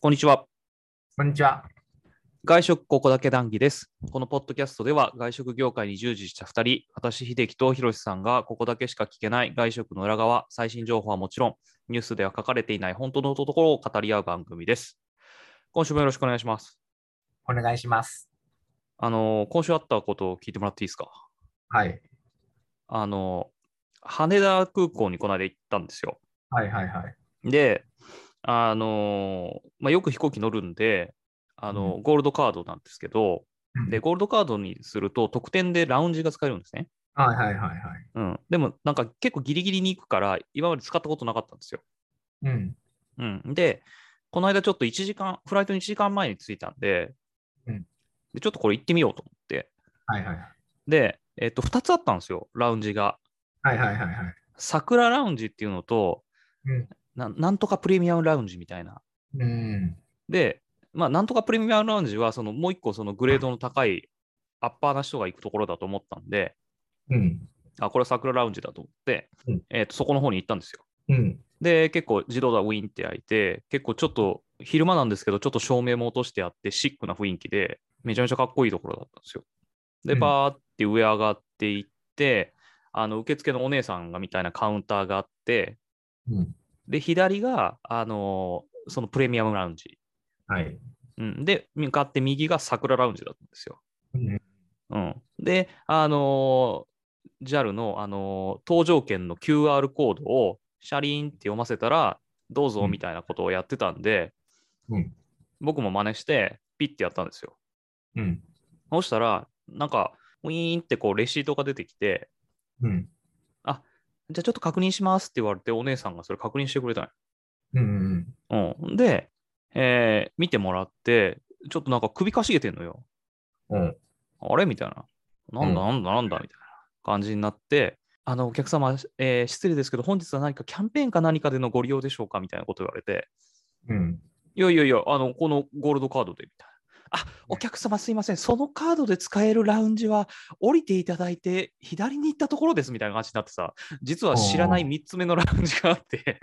こんにちは。 こんにちは。 外食ここだけ談義です。このポッドキャストでは外食業界に従事した2人、私、秀樹とひろしさんがここだけしか聞けない外食の裏側、最新情報はもちろん、ニュースでは書かれていない本当のところを語り合う番組です。今週もよろしくお願いします。 お願いします。 今週あったことを聞いてもらっていいですか？ はい。 あの、羽田空港にこの間行ったんですよ。 はいはいはい。 で、よく飛行機乗るんで、 うん。 ゴールドカードなんですけど、で、 うん。 ゴールドカードにすると特典でラウンジが使えるんですね。 はいはいはいはい。 うん。でも、なんか結構ギリギリに行くから、今まで使ったことなかったんですよ。 うん。 うん。で、この間ちょっと1時間、フライトに1時間前に着いたんで、 うん。 ちょっとこれ行ってみようと思って。 はいはいはい。 で、2つあったんですよ、ラウンジが。 はいはいはいはい。 桜ラウンジっていうのと、 うん。 なんとかプレミアムラウンジみたいな。 うん。 で、なんとかプレミアムラウンジは、もう一個そのグレードの高いアッパーな人が行くところだと思ったんで、 うん。 これは桜ラウンジだと思って、 うん。 そこの方に行ったんですよ。 うん。 で、結構自動ドアウィンって開いて、結構ちょっと昼間なんですけど、ちょっと照明も落としてあって、シックな雰囲気で、めちゃめちゃかっこいいところだったんですよ。で、 うん。 バーって上上がっていって、受付のお姉さんがみたいなカウンターがあって、 うん。 で、左が、そのプレミアムラウンジ。 はい。 うん、で、向かって右が桜ラウンジだったんですよ。 うん。 うん、で、JAL の、搭乗券の QR コードをシャリーンって読ませたら、どうぞみたいなことをやってたんで、 うん。 僕も真似して、ピッてやったんですよ。 うん。 そうしたら、なんか、ウィーンってこう、レシートが出てきて、 うん。 あ、じゃあちょっと確認しますって言われて、お姉さんがそれ確認してくれたうん。 の。うん。で、見てもらって、ちょっとなんか首かしげてんのよ。 うん。 あれみたいな。なうん。 んだなんだなんだみたいな感じになって、お客様、失礼ですけど、本日は何かキャンペーンか何かでのご利用でしょうかみたいなこと言われて、 うん。 いやいやいや、このゴールドカードで、みたいな。お客様すいません。そのカードで使えるラウンジは降りていただいて左に行ったところですみたいな感じになってさ、実は知らない3つ目のラウンジがあって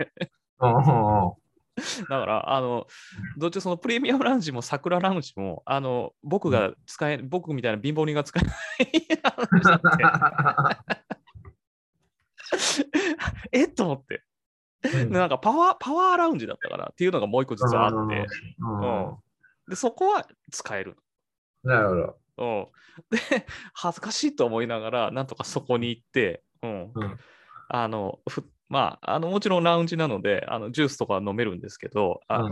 だから、どっちそのプレミアムラウンジも桜ラウンジも、僕みたいな貧乏人が使えないラウンジだって。と思って。で、なんかパワーラウンジだったからっていうのがもう一個実はあって、うん。で、そこは使える。 なるほど。 うん。で、恥ずかしいと思いながら、なんとかそこに行って、うん。 うん。 もちろんラウンジなので、ジュースとか飲めるんですけど、 うん。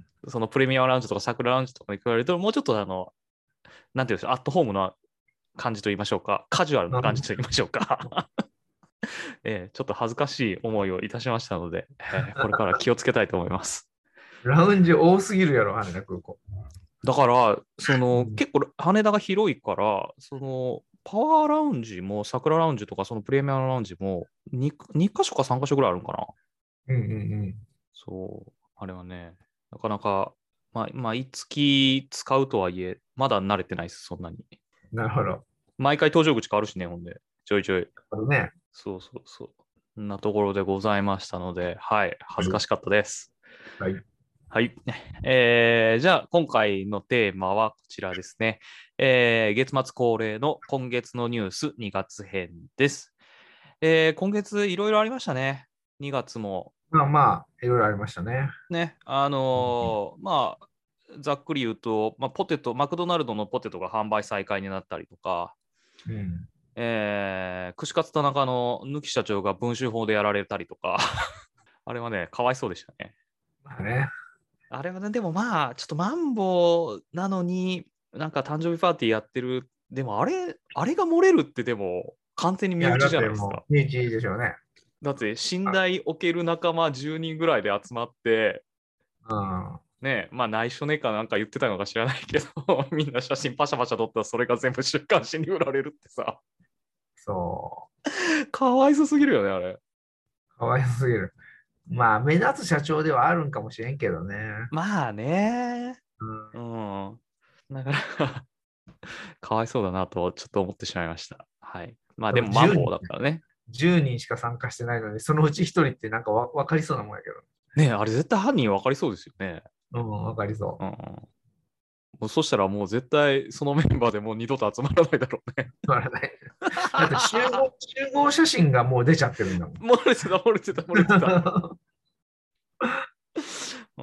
そのプレミアムラウンジとか桜ラウンジとかに比べると、もうちょっとなんていうんでしょう、アットホームな感じと言いましょうか、カジュアルな感じと言いましょうか。ちょっと恥ずかしい思いをいたしましたので、これから気をつけたいと思います。 ラウンジ多すぎるやろ、羽田空港。 だから、 うん。 結構羽田が広いから、パワーラウンジも桜ラウンジとか、そのプレミアムラウンジも2箇所か3箇所ぐらいあるのかな。 うんうんそう、あれはね、なかなか、毎月使うとはいえ、まだ慣れてないです、そんなに。 うん。なるほど。 毎回搭乗口変わるしね、ほんで、ちょいちょい。 これね。 そうそうそう。そんなところでございましたので、はい、 はい。 恥ずかしかったです。 はい。 はい。じゃあ、今回のテーマはこちらですね。月末恒例の今月のニュース2月編です。今月いろいろありましたね。2月も。 まあまあ、いろいろありましたね。 ね、 うん。 ざっくり言うと、マクドナルドのポテトが販売再開になったりとか、 うん。 串カツ田中の抜き社長が文春法でやられたりとか、あれはね、かわいそうでしたね。 まあね。 あれはね、でもちょっとマンボなのに、なんか誕生日パーティーやってる。でもあれが漏れるってでも完全にいや、だ身内ってもじゃないですか。 う、日でしょうね。 だって、寝台置ける仲間10人ぐらいで集まって、 うん。 ね、内緒ねかなんか言ってたのか知らないけど、みんな写真パシャパシャ撮ったらそれが全部週刊誌に売られるってさ、 そかわいそすぎるよね、あれ。 う。かわいすぎる。まあ、目立つ社長ではあるんかもしれんけどね。 まあね。 うん。 うん。だからかわいそうだなとちょっと思ってしまいました。はい。 でもでもマンボウ 10人、 だからね。 10人しか参加してないのに、そのうち1人ってなんかわかりそうなもんやけど。 ねえ、あれ絶対犯人分かりそうですよね。 うん、わかりそうん。もうそしたらもう絶対そのメンバーでもう二度と集まらないだろうね。 う。わからない。だって集合写真がもう出ちゃってるんだもん。 漏れてた、漏れてた、漏れてた。うん。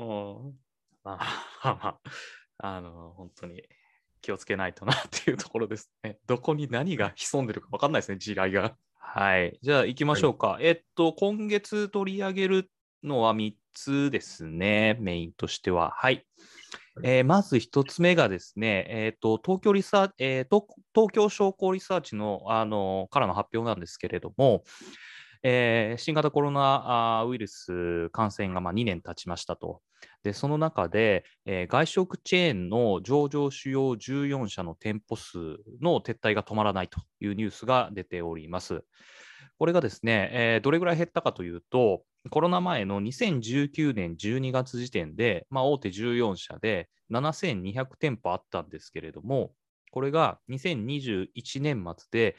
まあ、まあ、まあ、本当に気をつけないとなっていうところですね。どこに何が潜んでるか分かんないですね、地雷が。はい。じゃあ行きまはい。 しょうか。今月取り上げるのは3つですね、メインとしては。はい。まず1つ目がですね、東京リサーチ、東京商工リサーチの、からの発表なんですけれども、新型コロナウイルス感染が2年経ちましたと。で、その中で、外食チェーンの上場主要14社の店舗数の撤退が止まらないというニュースが出ております。これがですね、どれぐらい減ったかというと、コロナ前の2019年12月時点で、大手14社で7200店舗あったんですけれども、これが2021年末で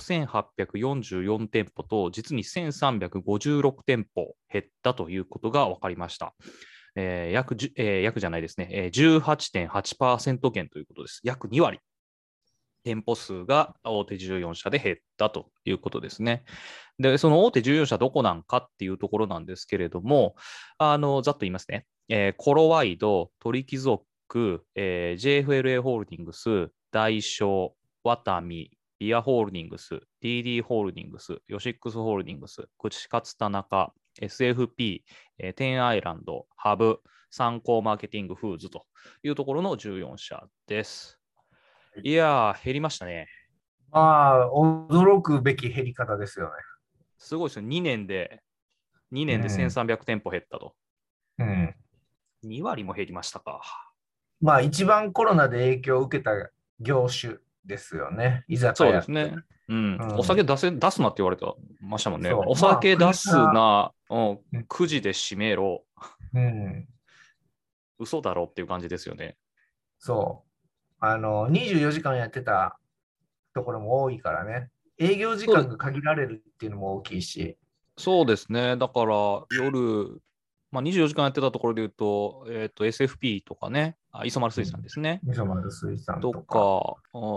5844店舗と、実に1356店舗減ったということが分かりました。約じゃないですね、18.8% 減ということです。約2割。店舗数が大手14社で減ったということですね。で、その大手14社どこなんかっていうところなんですけれども、ざっと言いますね。コロワイド、鳥貴族、JFLA ホールディングス、大商、ワタミ、ビアホールディングス、DD ホールディングス、ヨシックスホールディングス、串カツ田中、SFP、テンアイランド、ハブ、参考マーケティングフーズというところの14社です。いやー、減りましたね。 まあ、驚くべき減り方ですよね。 すごいですよ。2年でうん。 1300店舗減ったと。 うん。 2割も減りましたか。 まあ、一番コロナで影響を受けた業種ですよね。居酒そうで屋って。 すね。うん。 うん。 お酒出すなって言われてましたもんね。 そう。 おまあ、 酒出国が、 すな、 うん。 9時で閉めろ。 うん、 嘘だろっていう感じですよね。 そう。24時間やってたところも多いからね。営業時そうで間が限られるっていうのも大きいし。 そうですね。だから夜、24時間やってたところで言うと、SFP とかね、磯丸水産うん。 ですね。 味噌丸水産ととか。 か、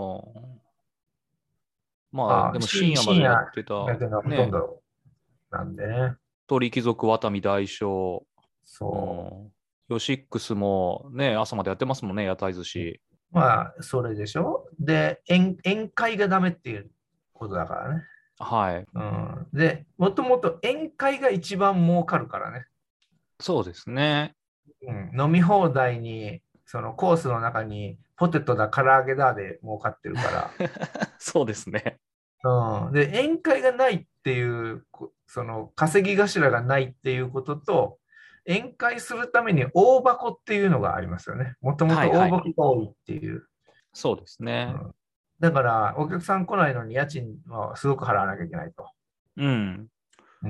まあ、 でも深夜までやっ深夜てた、 だけがほとんね、 どなんでね。 鳥貴族、ワタミ大将、うそん、ヨシックスもね、朝までやってますもんね、屋台寿う。 司。 まあ、それでしょ。で、宴会がダメっていうことだからね。 はい。 うん。で、もともと宴会が一番儲かるからね。 そうですね。 うん。飲み放題に、そのコースの中にポテトだ、唐揚げだで儲かってるから。 そうですね。 うん。で、宴会がないっていう、その稼ぎ頭がないっていうことと、宴会するために大箱っていうのがありますよね。もともと大はいはい。 箱が多いっていう。 そうですね。 うん。だから、お客さん来ないのに家賃はすごく払わなきゃいけないと。 うん。 うん。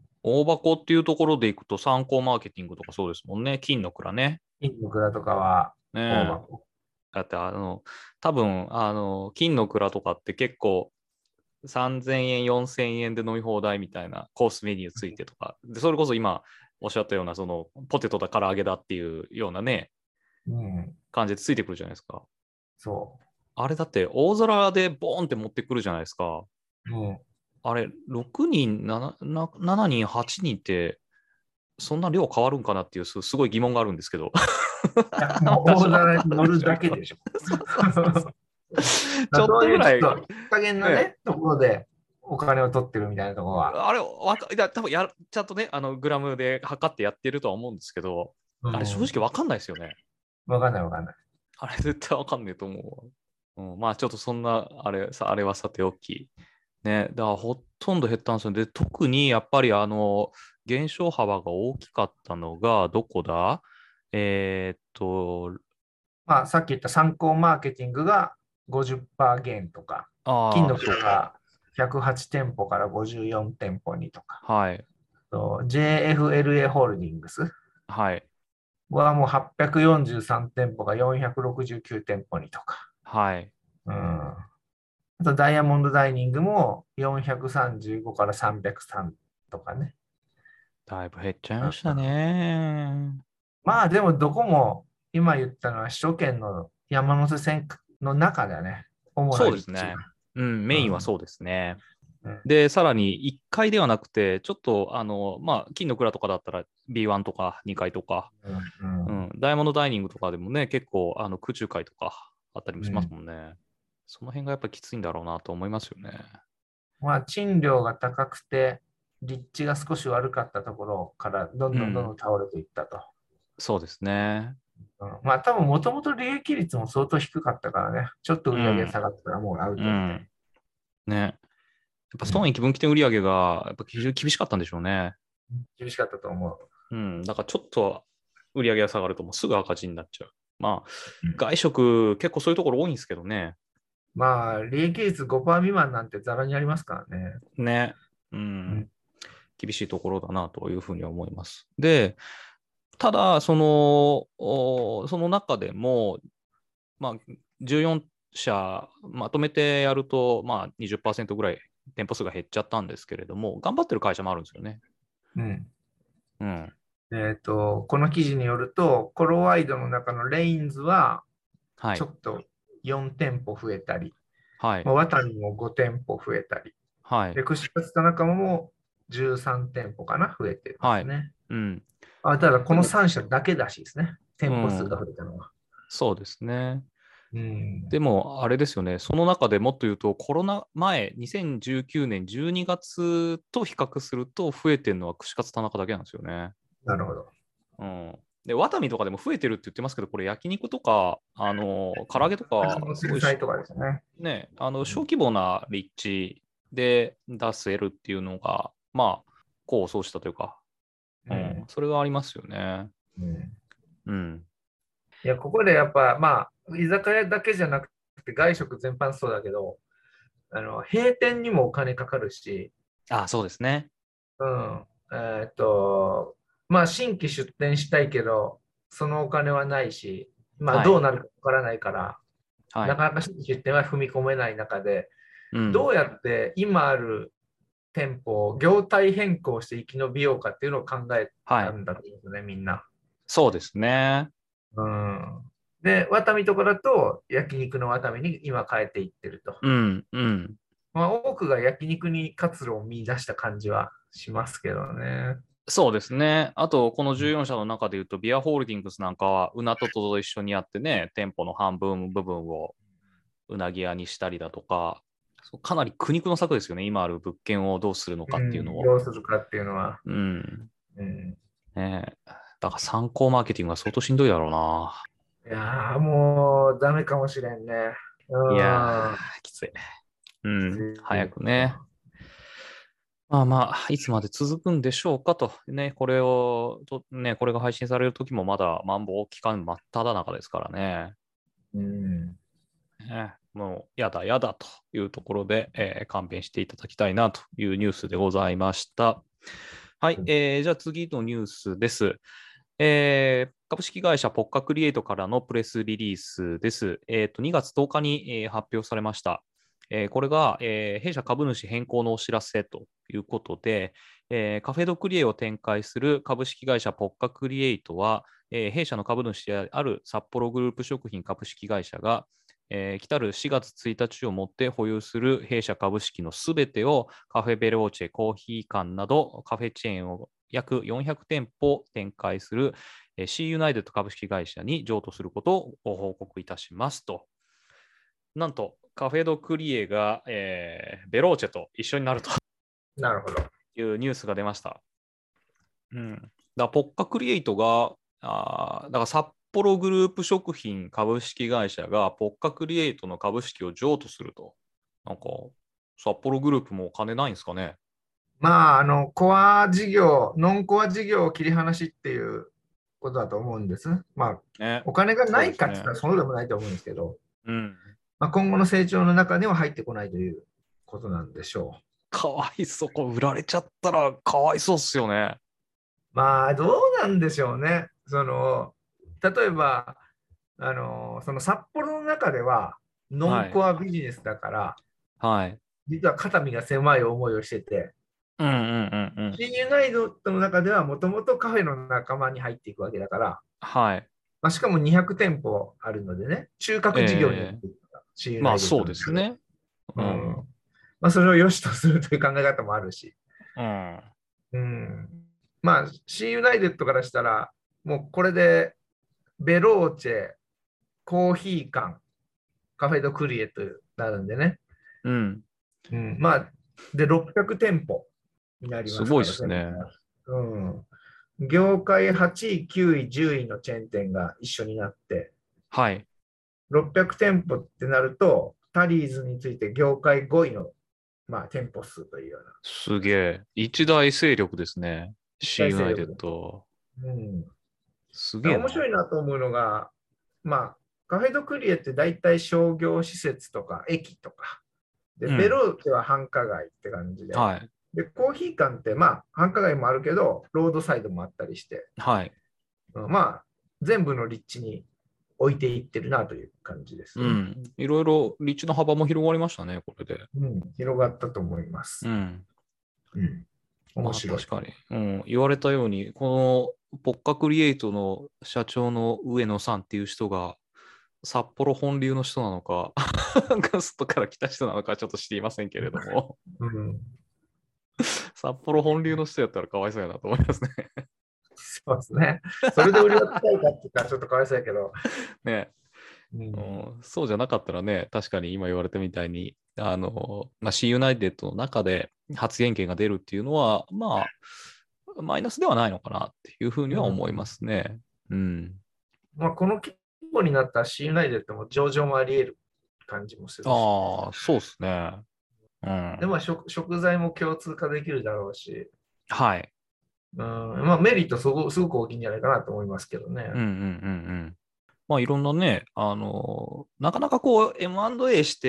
大箱っていうところでいくと、参考マーケティングとかそうですもんね。金の蔵ね。 金の蔵とかはねえ。 大箱。 だって多分、金の蔵とかって結構3000円、4000円で飲み放題みたいなコースメニューついてとか、でそれこそ今おっしゃったような、そのポテトだ唐揚げだっていうようなね、 うん。 感じでついてくるじゃないですか。 そあれだって大皿でボーンって持ってくるじゃないですか。 う。うん。 あれ、6人、7人、8人って、そんな量変わるんかなっていう、すごい疑問があるんですけど。 いや、もう大私わかんないで皿に乗るすよ、今。 だけでしょ。 そうそうそうそう。ちょっそういうちとぐらい、 ょっと、加減なね、 ね、ところでお金を取ってるみたいなところは。 あれ、いや、多分ちゃんとね、グラムで測ってやってるとは思うんですけど、 うあれ、正直ん。 わかんないですよね。 わかんないわかんない。 あれ、絶対わかんないと思うわ。まあ、ちょっとそんな、あれはさておき。ね、だからほとんど減ったんですよ。で、特にやっぱり減少幅が大きかったのが、どこだえーっと、 まあ、さっき言った参考マーケティングが50%減とか、金のそうか。 蔵が108店舗から54店舗にとか、 はい。 JFLA ホールディングスはい。 はもう843店舗が469店舗にとか、 はい。 うん。あとダイヤモンドダイニングも435から303とかね。 だいぶ減っちゃいうん。 ましたね。 まあでもどこも今言ったのは首都圏の山手線の中だよね。主そうでな立地が。 すね。うん、メインはうんそうですね。 うんで、さらに1階ではなくて、ちょっと、まあ、金の蔵とかだったら B1 とか2階とか、 うんうん、ダイヤモンドダイニングとかでもね、結構、空中階とかあったりもしますうん。 もんね。その辺がやっぱきついんだろうなと思いますよね。 まあ賃料が高くて、立地が少し悪かったところからどんどんどんどうん、 ん倒れていったと。 そうですね。 まあ多分もともと利益率も相当低かったからね。ちょっと売り上げうん、 下がったらもうアウトみたいうん、ね。やっぱな。うん。 損益分岐点売上がやっぱ非常に厳しかったんでしょうね。 厳しかったと思う。 うん、だからちょっと売上が下がるともうすぐ赤字になっちゃう。まあ、 うん外食結構そういうところ多いんですけどね。 まあ、利益率5%未満なんてざらにありますからね。 ね。ううん。 ん。厳しいところだなというふうに思います。で、ただ、その中でも、まあ、14社まとめてやると、まあ、20%ぐらい店舗数が減っちゃったんですけれども、頑張ってる会社もあるんですよね。 うんうん。 この記事によると、コロワイドの中のレインズははい。 ちょっと4店舗増えたり、 はい。 まあ、ワタミも5店舗増えたり、 はい。 で、串カツ田中も13店舗かな、増えてまはい。 すね。 うん。 ただ、このでも、 3社だけらしいですね。 う店舗数がん。 増えたのは。 そうですね。 うん。 でも、あれですよね。その中でもっと言うと、コロナ前、2019年12月と比較すると、増えてるのは串カツ田中だけなんですよね。 なるほど。 うん。で、ワタミとかでも増えてるって言ってますけど、これ焼肉とか、唐揚げとか、 味のすごいし、 制裁とかですね。 ね、小規模な立地で出せるっていうのが、まあ、功を奏したというか、うん、 うん。 それがありますよね。 うん。 うん。 いや、ここでやっぱ、まあ、居酒屋だけじゃなくて、外食全般そうだけど、閉店にもお金かかるし、 あ、そうですね。 うん。まあ、新規出店したいけど、そのお金はないし、まあ、 はい。 どうなるかわからないから、 はい。 なかなか新規出店は踏み込めない中で、 うん。 どうやって今ある店舗を業態変更して生き延びようかっていうのを考えはい。 たんだと思うんですね、みんな。 そうですね。 うん。で、ワタミとかだと、焼肉のワタミに今変えていってると。 うん。うん。 まあ、多くが焼肉に活路を見出した感じはしますけどね。 そうですね。あと、この14社の中で言うと、ビアホールディングスなんかは、うなとと一緒にやってね、店舗の半分部分をうなぎ屋にしたりだとか、かなり苦肉の策ですよね。今ある物件をどうするのかっていうのうん、 を。 どうするかっていうのは。 うん。 うん、 ねえ、だから参考マーケティングは相当しんどいだろうな。 いやー、もうダメかもしれんね。 いやうん。 ー、きつい。うん。 きつい早くね。 よ。 まあまあ、いつまで続くんでしょうかと。ね、これが配信される時もまだマンボウ期間真っ只中ですからね。 うん。 もう、やだやだというところで、勘弁していただきたいなというニュースでございました。はい、じゃあ次のニュースです。株式会社ポッカクリエイトからのプレスリリースです。2月10日に、発表されました。これが、弊社株主変更のお知らせということで、カフェドクリエを展開する株式会社ポッカクリエイトは、弊社の株主である札幌グループ食品株式会社が、来たる4月1日をもって保有する弊社株式のすべてをカフェベローチェ、コーヒー館などカフェチェーンを約400店舗展開する C ユナイテッド株式会社に譲渡することをご報告いたしますと。なんと、カフェドクリエが、ベローチェと一緒になるとなるほど。 いうニュースが出ました。うん。だからポッカクリエイトが、だから札幌グループ食品株式会社がポッカクリエイトの株式を譲渡すると。なんか、札幌グループもお金ないんですかね。 まあ、コア事業、ノンコア事業を切り離しっていうことだと思うんです。まあ、 ね。 お金がないかって言ったそうですね。 らそうでもないと思うんですけど、 うん。 まあ、今後の成長の中では入ってこないということなんでしょかわいそう。これ売られちゃったらかわいそうっすよね。 う。まあ、どうなんでしょうね。例えば、その札幌の中ではノはい。 ンコアビジネスだから、 はい。 実は肩身が狭い思いをしてて、 うんうんうんうん。 新ユナイトの中ではもともとカフェの仲間に入っていくわけだから、 はい。 まあ、しかも200店舗あるのでね、中核事業になっええ、 ているのが C ユまあナイテッそうですドの中で。 ね。 ううん。 ん。まあ、それを良しとするという考え方もあるし。 うん。 うん。まあ、C ユナイテッドからしたら、もうこれで、ベローチェ、コーヒー館、カフェドクリエとなるんでね。 うん。 うん。まあ、で、600店舗になりすごいでますから、 すね。 うん。業界8位、9位、10位のチェーン店が一緒になって、 はい。 600店舗ってなると、タリーズについて業界5位の、まあ、店舗数というようなすげえ。一大勢力ですね。C 大ユナイテッ勢力です。 ド。 うん。 すげえな。 面白いなと思うのが、まあ、カフェドクリエって大体商業施設とか駅とか、で、 うん。 ベローチェは繁華街って感じで、 はい。 で、コーヒー館って、まあ、繁華街もあるけど、ロードサイドもあったりして、 はい。 まあ、全部の立地に置いていってるなという感じですね。 うん。いろいろ立地の幅も広がりましたね、これで。 うん、広がったと思います。 うん。 うん、面まあ白い。 確かに。うん。言われたように、このポッカクリエイトの社長の上野さんっていう人が、札幌本流の人なのか、ガストから来た人なのかちょっと知りませんけれども、 うん、 札幌本流の人やったらかわいそうやなと思いますね。 そうですね。それで売り渡したいかって言ったらちょっとかわいそうやけど、 ね、 うん、 うん、そうじゃなかったらね、確かに今言われたみたいに、まあ、C ユナイテッドの中で発言権が出るっていうのは、まあ、マイナスではないのかなっていうふうには思いまうん、 すね。うん。 まあ、この規模になったら C ユナイテッドも上場もあり得る感じもするしね。 ああ、そうですね。うで、まあ、 ん。 食材も共通化できるだろうし、 はい。 うん、まあ、メリットすごく大きいんじゃないかなと思いますけどね。 うんうんうんうん。まあいろんなね、なかなかこう M&A して、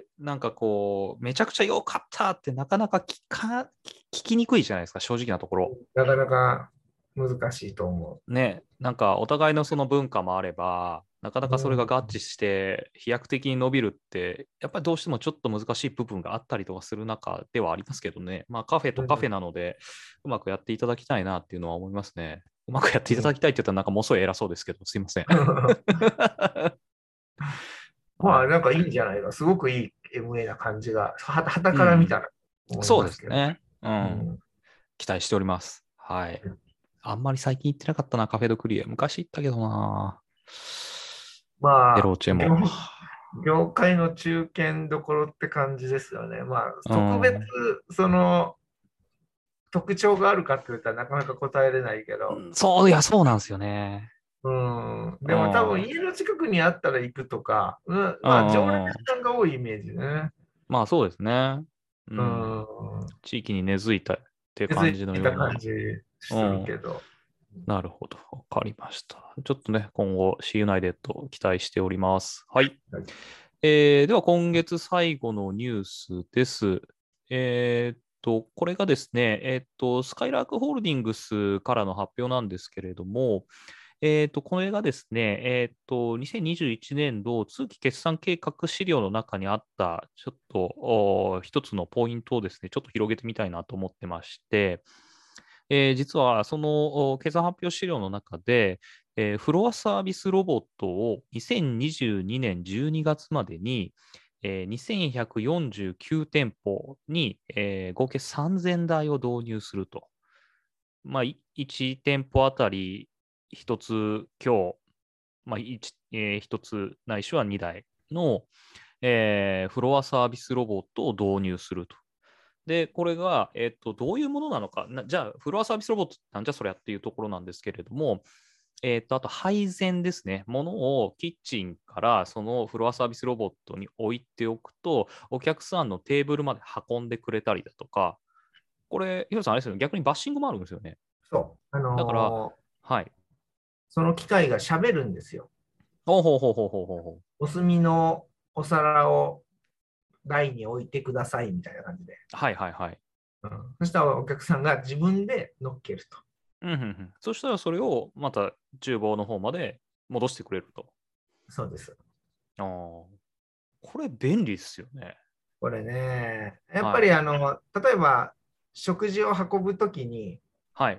なんかこう、めちゃくちゃ良かったってなかなか聞きにくいじゃないですか、正直なところ。 なかなか難しいと思ね、なんかお互いのその文化もあれば、なかなう。うん、 かそれが合致して飛躍的に伸びるって、やっぱりどうしてもちょっと難しい部分があったりとかする中ではありますけどね。まあカフェとカフェうん、 なので、うまくやっていただきたいなっていうのは思いますね。うまくやっていたうん。 だきたいって言ったらなんかもうすごい偉そうですけど、すいません。 まあ、 はい。 なんかいいんじゃないか。すごくいい MA な感じが、はたうん。 から見たら思いそうますけど。 ですね。うん。 うん、 期待しております。はい。あんまり最近行ってなかったな、カフェドクリエ。昔行ったけどな。ベまあ、 ローチェも。 業界の中堅どころって感じですよね。まあ、 う特別、 ん。 その、特徴があるかって言ったらなかなか答えれないけど、 そう、いや、そうなんですよね。 うん、 うん。 でも多分うん家の近くにあったら行くとか、 うまあ、常連んうん。 さんが多いイメージね。 まあそうですね。ううん。 ん、 地域に根付いたって気づ感じのいた感ような。 じうするん。 けど。 なるほど。わかりました。ちょっとね、今後 C ユナイテッド期待しております。はい。 はい、 では今月最後のニュースです。これがですね、スカイラークホールディングスからの発表なんですけれども、これがですね、2021年度通期決算計画資料の中にあった、ちょっと一つのポイントをですね、ちょっと広げてみたいなと思ってまして、実はその決算発表資料の中で、フロアサービスロボットを2022年12月までに、2149店舗に、合計3000台を導入すると。まあ、1店舗あたり1つ強、まあ1つないしは2台の、フロアサービスロボットを導入すると。で、これが、どういうものなのか、じゃあ、フロアサービスロボットってなんじゃそりゃっていうところなんですけれども、あと配膳ですね。ものをキッチンからそのフロアサービスロボットに置いておくと、お客さんのテーブルまで運んでくれたりだとか、これ、ヒロさん、あれですよね、逆にバッシングもあるんですよね。 そう。 だから、はい。 その機械が喋るんですよ。 ほうほうほうほうほうほうほお墨のお皿を台に置いてくださいみたいな感じで。 う。はいはいはい。 うん、そしたらお客さんが自分で乗っけると。 うんうんうん。そしたらそれをまた厨房の方まで戻してくれると。 そうです。 ああ、これ便利ですよね。 これね、やっぱはい。 り例えば食事を運ぶときに、 はい。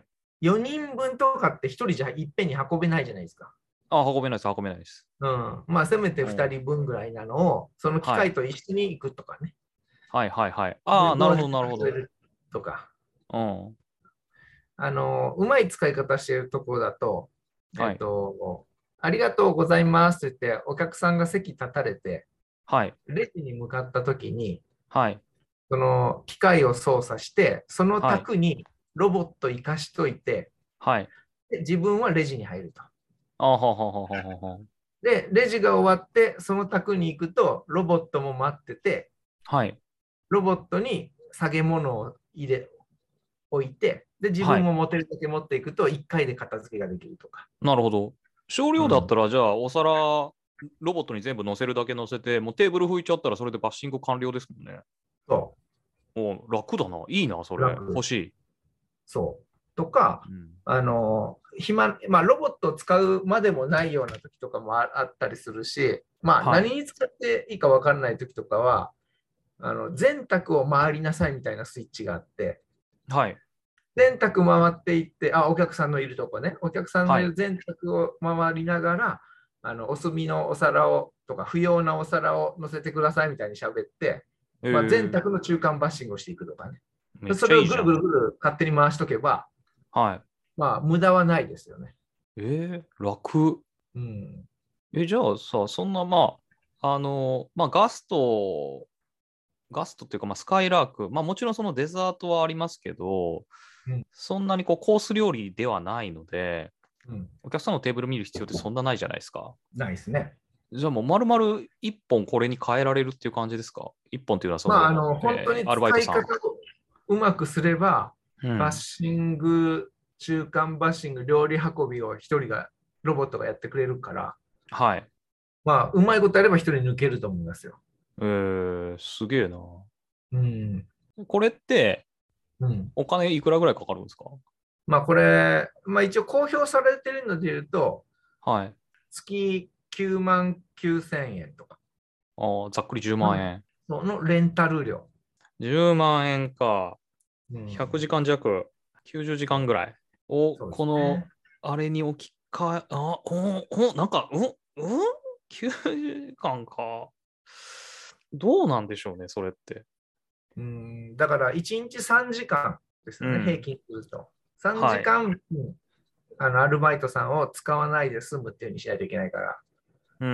4人分とかって1人じゃいっぺんに運べないじゃないですか。 あ、運べないです、運べないです。 うん。まあ、せめて2人分ぐらいなのを、その機はい。 械と一緒に行くとかね。 はいはいはい。 で、 ああ、なるほど、 同時になるほど。 遊べるとか。 うん。 うまい使い方しているところだと、えっはい。 と、ありがとうございますって言って、お客さんが席立たれて、 はい。 レジに向かったときに、 はい。 その機械を操作して、そのはい。 卓にロボット生かしといて、 はい。 で自分はレジに入ると。 あはははははは。 で、レジが終わって、その卓に行くと、ロボットも待ってて、 はい。 ロボットに下げ物を置いて、で、自はい。 分も持てるだけ持っていくと、1回で片付けができるとか。 なるほど。少うん。 量だったら、じゃあ、お皿、ロボットに全部乗せるだけ乗せて、もうテーブル拭いちゃったら、それでバッシング完了ですもんね。 そお楽だな。いいな、そう、 れ。 楽。 欲しい。 そう。とか、 うん。 まあ、ロボットを使うまでもないような時とかもあったりするし、まあ、 はい。 何に使っていいか分かんない時とかは、全卓を回りなさいみたいなスイッチがあって、 はい。 全卓回っていって、お客さんのいるとこね、お客さんのいるはい。 全卓を回りながら、お済みのお皿をとか、不要なお皿を乗せてくださいみたいに喋って、まあ、全卓の中間バッシングをしていくとかね。 めっちゃそれをいいじゃん。 ぐるぐるぐる勝手に回しとけば、 はまあ、無駄はないですよね。 い。楽。 うん。 じゃあさ、そんな、まあ、ガストっていうか、まあ、スカイラーク、まあ、もちろんそのデザートはありますけど、 うん。 そんなにこうコース料理ではないので、 うん。 お客さんのテーブル見る必要ってそんなないじゃないですか。 ないですね。 じゃあもう丸々一本これに変えられるっていう感じですか？一本っていうのはそまあ、 の、 本当にアルバイトさん。 使い方をうまくすれば、バッうん。 シング、中間バッシング、料理運びを一人が、ロボットがやってくれるから、 はい。 まあ、うまいことやれば一人抜けると思いますよ。 すげえな。 うん。 これってうん。 お金いくらぐらいかかるんですか？ まあ、これ、まあ一応公表されてるので言うと、 はい。 月9万9千円とかざっくり10万の、 円。 そのレンタル料。 10万円か。100 うん。 時間弱、90時間ぐらいを、 そうでこの、 すね。 あれに置き換え、なんか、90時間か。どうなんでしょうね、それって。 うん。だから1日3時間ですよね、平うん。 均すると。3 はい。 時間、アルバイトさんを使わないで済むっていうふうにしないといけないから。 うん。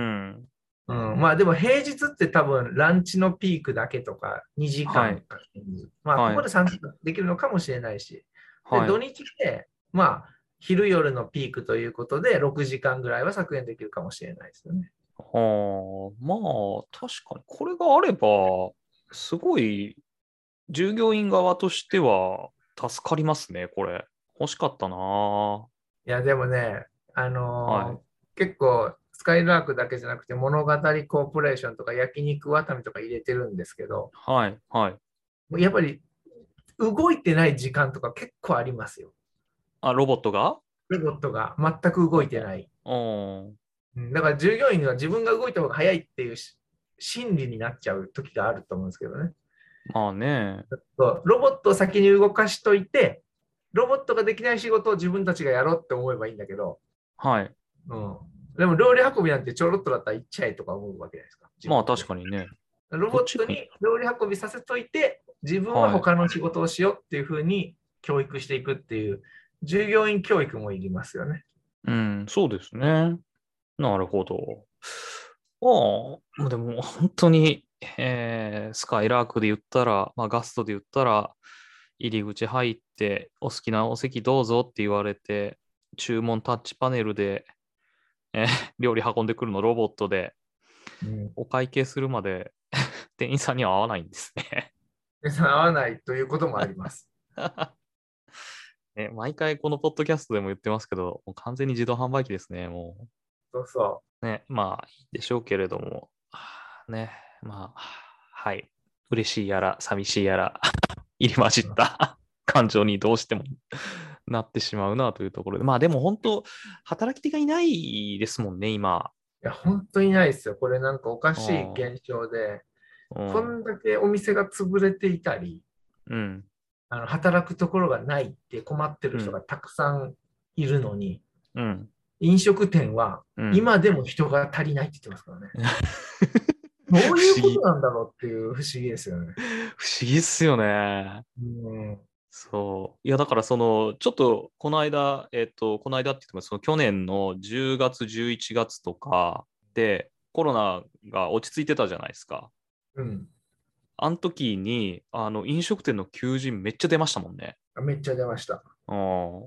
うん、まあでも平日って多分ランチのピークだけとか2時間はい。 かまあこはい。 こで3時間できるのかもしれないし、で、土はい。 日でまあ昼夜のピークということで6時間ぐらいは削減できるかもしれないですよね。 まあ、確かに、これがあれば、すごい、従業員側としては助かりますね、これ。欲しかったな。はいやでもね、 い。 結構スカイラークだけじゃなくて物語コーポレーションとか焼肉ワタミとか入れてるんですけど、 はい。はい。 やっぱり動いてない時間とか結構ありますよ。 あ、ロボットがロボットが全く動いてない。 うん。 だから従業員が自分が動いた方が早いっていう心理になっちゃう時があると思うんですけどね。 まあね。 ロボットを先に動かしといて、ロボットができない仕事を自分たちがやろうって思えばいいんだけど、 はい。 うん、でも料理運びなんてちょろっとだったら行っちゃえとか思うわけじゃないですか、自まあ分で。 確かにね。 ロボットどっちがいい？ に料理運びさせといて、自分ははい。 他の仕事をしようっていうふうに教育していくっていう、従業員教育もいりますよね。 うん、そうですね。なるほど。まあ、でも本当に、スカイラークで言ったら、まあ、ガストで言ったら、入り口入って、お好きなお席どうぞって言われて、注文タッチパネルで、料理運んでくるのロボットで、 うん、 お会計するまで店員さんには合わないんですね。 で合わないということもあります。 毎回このポッドキャストでも言ってますけど、もう完全に自動販売機ですね、もそうそう。ね、まあ、いいでしょうけれども、ね、まあ、はい。嬉しいやら、寂しいやら、入り混じう。 った感情にどうしてもなってしまうなというところで。まあでも本当、働き手がいないですもんね、今。 いや、本当にないですよ。これなんかおかしいうん。 現象で、 うん。 こんだけお店が潰れていたり、 うん。 働くところがないって困ってる人がたくさんいるのに、 うん。 飲食店はうん。 今でも人が足りないって言ってますからね。どういうこと不思議。 なんだろうっていう不思議ですよね。 不思議っすよね。 うん。 そう。いや、だからちょっと、この間って言っても、その去年の10月、11月とかで、コロナが落ち着いてたじゃないですか。 うん。 あの時に、飲食店の求人めっちゃ出ましたもんね。 めっちゃ出ました。 うん。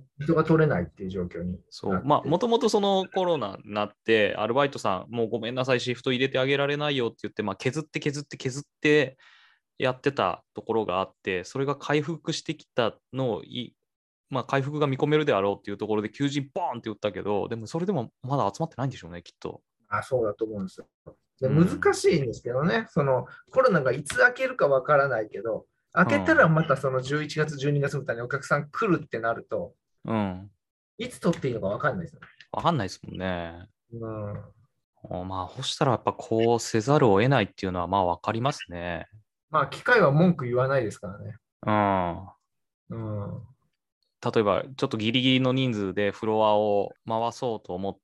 人が取れないっていう状況にそう。まあ、 なって。 もともとそのコロナになって、アルバイトさん、もうごめんなさい、シフト入れてあげられないよって言って、まあ、削ってやってたところがあって、それが回復してきたのをまあ、回復が見込めるであろうっていうところで、求人ボーンって打ったけど、でもそれでもまだ集まってないんでしょうね、きっと。 そうだと思うんですよ。で、 うん。 難しいんですけどね、そのコロナがいつ明けるかわからないけど、明けたらうん。 またその11月、12月みたいにお客さん来るってなると、 うん。 いつ取っていいのかわかんないですよね。 わかんないですもんね。 うん。 まあ、そしたらやっぱこうせざるを得ないっていうのはまあわかりますね。 まあ、機械は文句言わないですからね。 うん。 うん。 例えば、ちょっとギリギリの人数でフロアを回そうと思って、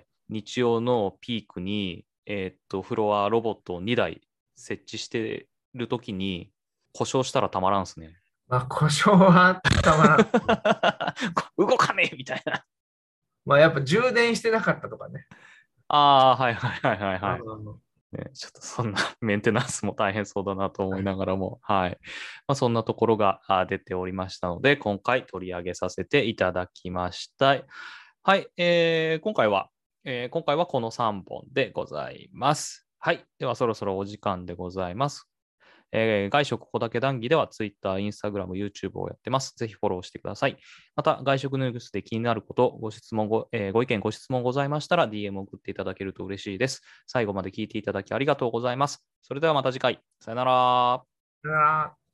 日曜のピークに、フロアロボットを2台設置してるときに、故障したらたまらんすね。 まあ、故障はたまらん。 動かねえみたいな。 まあ、やっぱ充電してなかったとかね。 ああ、はいはいはいはいはい。 うん。 ね、ちょっとそんなメンテナンスも大変そうだなと思いながらも、はい。まあ、そんなところが出ておりましたので、今回取り上げさせていただきました。はい、今回はこの3本でございます。はい。ではそろそろお時間でございます。外食ここだけ談義では Twitter、Instagram、YouTube をやってます。ぜひフォローしてください。また、外食ニュースで気になること、ご質問ご意見、ご質問ございましたら DM を送っていただけると嬉しいです。最後まで聞いていただきありがとうございます。それではまた次回。さよなら。 うん